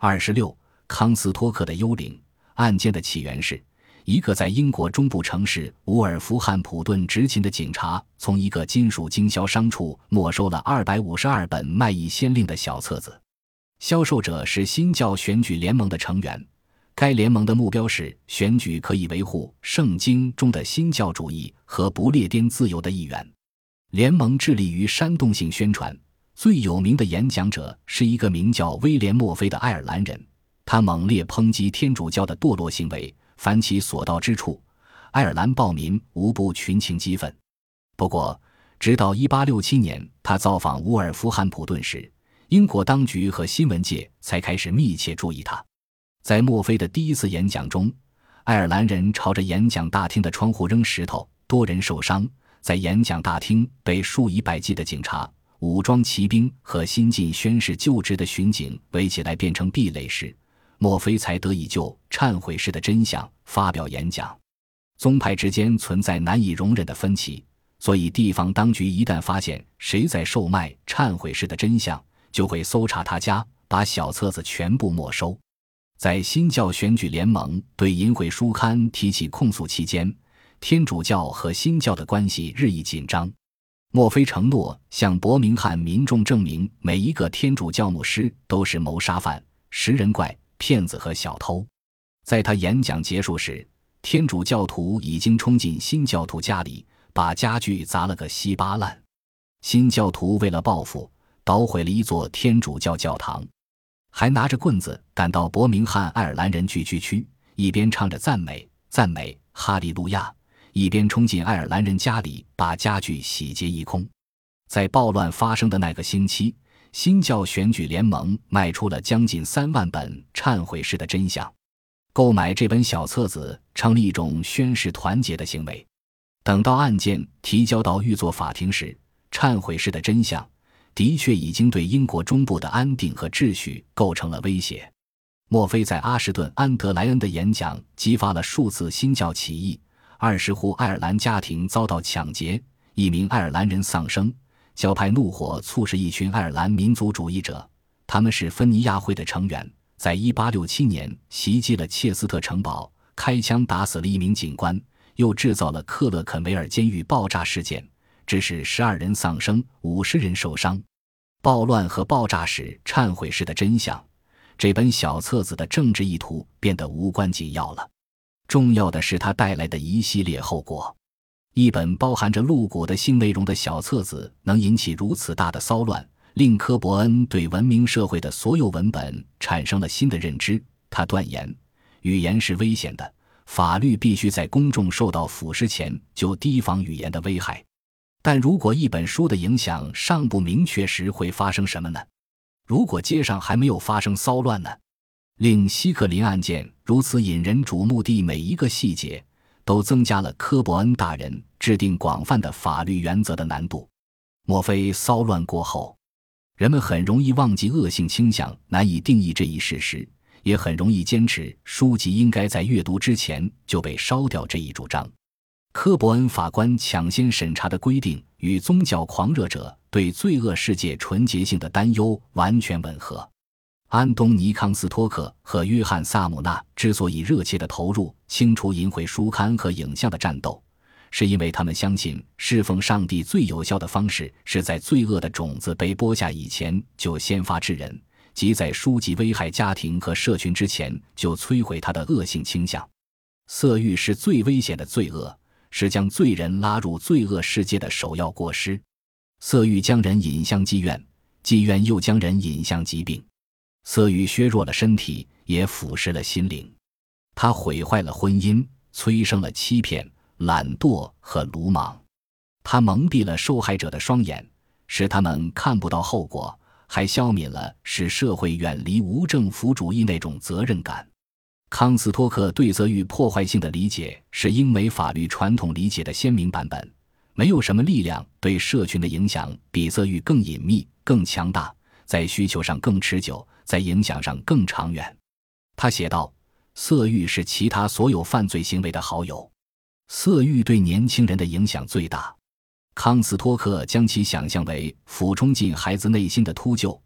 26康斯托克的幽灵。案件的起源是一个在英国中部城市伍尔夫汉普顿执勤的警察从一个金属经销商处没收了252本卖艺先令的小册子，销售者是新教选举联盟的成员。该联盟的目标是选举可以维护圣经中的新教主义和不列颠自由的议员。联盟致力于煽动性宣传，最有名的演讲者是一个名叫威廉·墨菲的爱尔兰人，他猛烈抨击天主教的堕落行为，凡其所到之处，爱尔兰暴民无不群情激愤。不过，直到1867年他造访伍尔夫汉普顿时，英国当局和新闻界才开始密切注意他。在墨菲的第一次演讲中，爱尔兰人朝着演讲大厅的窗户扔石头，多人受伤。在演讲大厅被数以百计的警察、武装骑兵和新近宣誓就职的巡警围起来变成壁垒时，墨菲才得以就忏悔式的真相发表演讲。宗派之间存在难以容忍的分歧，所以地方当局一旦发现谁在售卖忏悔式的真相，就会搜查他家，把小册子全部没收。在新教选举联盟对淫秽书刊提起控诉期间，天主教和新教的关系日益紧张。墨菲承诺向伯明翰民众证明每一个天主教牧师都是谋杀犯、食人怪、骗子和小偷。在他演讲结束时，天主教徒已经冲进新教徒家里，把家具砸了个稀巴烂。新教徒为了报复，捣毁了一座天主教教堂，还拿着棍子赶到伯明翰爱尔兰人聚居区，一边唱着赞美赞美哈利路亚，一边冲进爱尔兰人家里，把家具洗劫一空。在暴乱发生的那个星期，新教选举联盟卖出了将近3万本忏悔式的真相。购买这本小册子成了一种宣示团结的行为。等到案件提交到御座法庭时，忏悔式的真相的确已经对英国中部的安定和秩序构成了威胁。墨菲在阿什顿安德莱恩的演讲激发了数次新教起义，20户爱尔兰家庭遭到抢劫，1名爱尔兰人丧生。教派怒火促使一群爱尔兰民族主义者，他们是芬尼亚会的成员，在1867年袭击了切斯特城堡，开枪打死了1名警官，又制造了克勒肯维尔监狱爆炸事件，致使12人丧生，50人受伤。暴乱和爆炸使忏悔式的真相这本小册子的政治意图变得无关紧要了。重要的是它带来的一系列后果。一本包含着露骨的性内容的小册子能引起如此大的骚乱，令科伯恩对文明社会的所有文本产生了新的认知。他断言，语言是危险的，法律必须在公众受到腐蚀前就提防语言的危害。但如果一本书的影响尚不明确时，会发生什么呢？如果街上还没有发生骚乱呢？令希克林案件如此引人瞩目的每一个细节，都增加了科伯恩大人制定广泛的法律原则的难度。莫非骚乱过后，人们很容易忘记恶性倾向难以定义这一事实，也很容易坚持书籍应该在阅读之前就被烧掉这一主张。科伯恩法官抢先审查的规定与宗教狂热者对罪恶世界纯洁性的担忧完全吻合。安东尼·康斯托克和约翰·萨姆纳之所以热切地投入清除淫秽书刊和影像的战斗，是因为他们相信侍奉上帝最有效的方式是在罪恶的种子被播下以前就先发制人，即在书籍危害家庭和社群之前就摧毁他的恶性倾向。色欲是最危险的罪恶，是将罪人拉入罪恶世界的首要过失。色欲将人引向妓院，妓院又将人引向疾病。色欲削弱了身体，也腐蚀了心灵。它毁坏了婚姻，催生了欺骗、懒惰和鲁莽。它蒙蔽了受害者的双眼，使他们看不到后果，还消泯了使社会远离无政府主义那种责任感。康斯托克对色欲破坏性的理解是英美法律传统理解的鲜明版本。没有什么力量对社群的影响比色欲更隐秘、更强大，在需求上更持久，在影响上更长远。他写道，色欲是其他所有犯罪行为的好友。色欲对年轻人的影响最大。康斯托克将其想象为俯冲进孩子内心的秃鹫，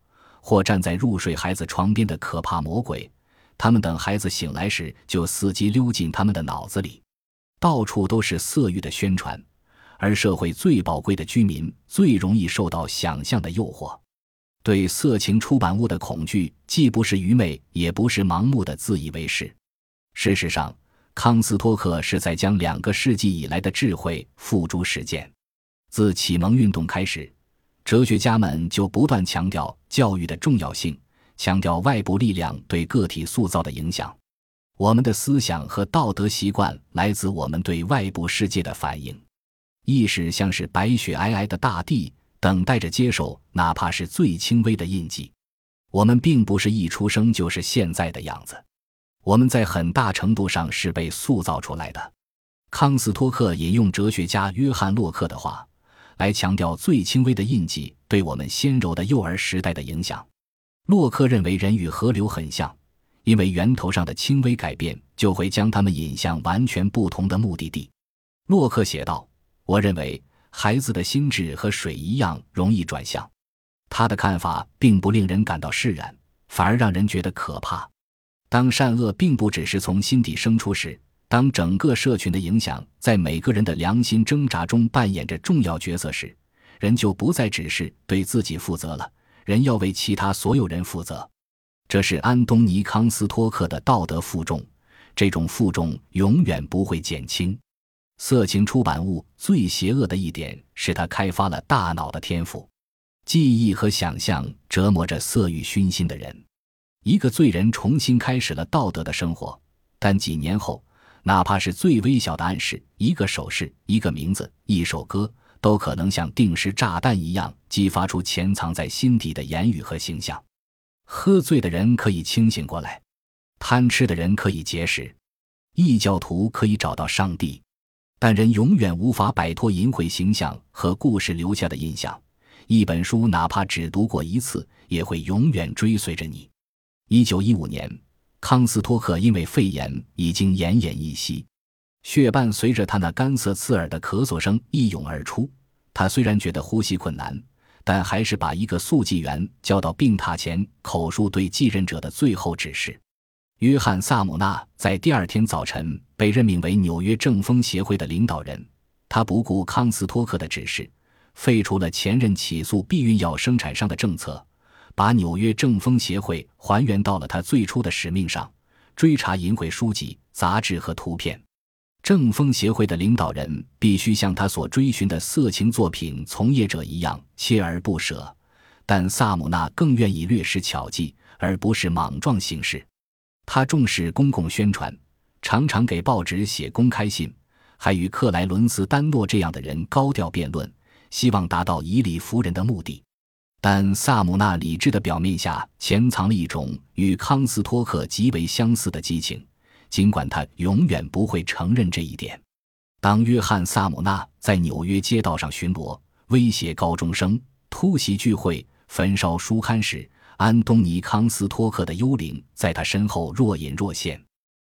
或站在入睡孩子床边的可怕魔鬼，他们等孩子醒来时就伺机溜进他们的脑子里。到处都是色欲的宣传，而社会最宝贵的居民最容易受到想象的诱惑。对色情出版物的恐惧既不是愚昧，也不是盲目的自以为是。事实上，康斯托克是在将2个世纪以来的智慧付诸实践。自启蒙运动开始，哲学家们就不断强调教育的重要性，强调外部力量对个体塑造的影响。我们的思想和道德习惯来自我们对外部世界的反应。意识像是白雪皑皑的大地，等待着接受哪怕是最轻微的印记。我们并不是一出生就是现在的样子，我们在很大程度上是被塑造出来的。康斯托克引用哲学家约翰洛克的话，来强调最轻微的印记对我们纤柔的幼儿时代的影响。洛克认为人与河流很像，因为源头上的轻微改变就会将它们引向完全不同的目的地。洛克写道，我认为孩子的心智和水一样容易转向。他的看法并不令人感到释然，反而让人觉得可怕。当善恶并不只是从心底生出时，当整个社群的影响在每个人的良心挣扎中扮演着重要角色时，人就不再只是对自己负责了，人要为其他所有人负责。这是安东尼·康斯托克的道德负重，这种负重永远不会减轻。色情出版物最邪恶的一点是它开发了大脑的天赋，记忆和想象折磨着色欲熏心的人。一个罪人重新开始了道德的生活，但几年后，哪怕是最微小的暗示，一个手势，一个名字，一首歌，都可能像定时炸弹一样激发出潜藏在心底的言语和形象。喝醉的人可以清醒过来，贪吃的人可以节食，异教徒可以找到上帝，但人永远无法摆脱淫秽形象和故事留下的印象。一本书哪怕只读过一次，也会永远追随着你。1915年，康斯托克因为肺炎已经奄奄一息，血伴随着他那干涩刺耳的咳嗽声一涌而出。他虽然觉得呼吸困难，但还是把一个速记员叫到病榻前，口述对继任者的最后指示。约翰·萨姆纳在第2天早晨被任命为纽约政风协会的领导人，他不顾康斯托克的指示，废除了前任起诉避孕药生产商的政策，把纽约政风协会还原到了他最初的使命上，追查淫秽书籍、杂志和图片。政风协会的领导人必须像他所追寻的色情作品从业者一样锲而不舍，但萨姆纳更愿意略施巧计，而不是莽撞行事。他重视公共宣传，常常给报纸写公开信，还与克莱伦斯·丹诺这样的人高调辩论，希望达到以理服人的目的。但萨姆纳理智的表面下潜藏了一种与康斯托克极为相似的激情，尽管他永远不会承认这一点。当约翰·萨姆纳在纽约街道上巡逻，威胁高中生，突袭聚会，焚烧书刊时，安东尼·康斯托克的幽灵在他身后若隐若现。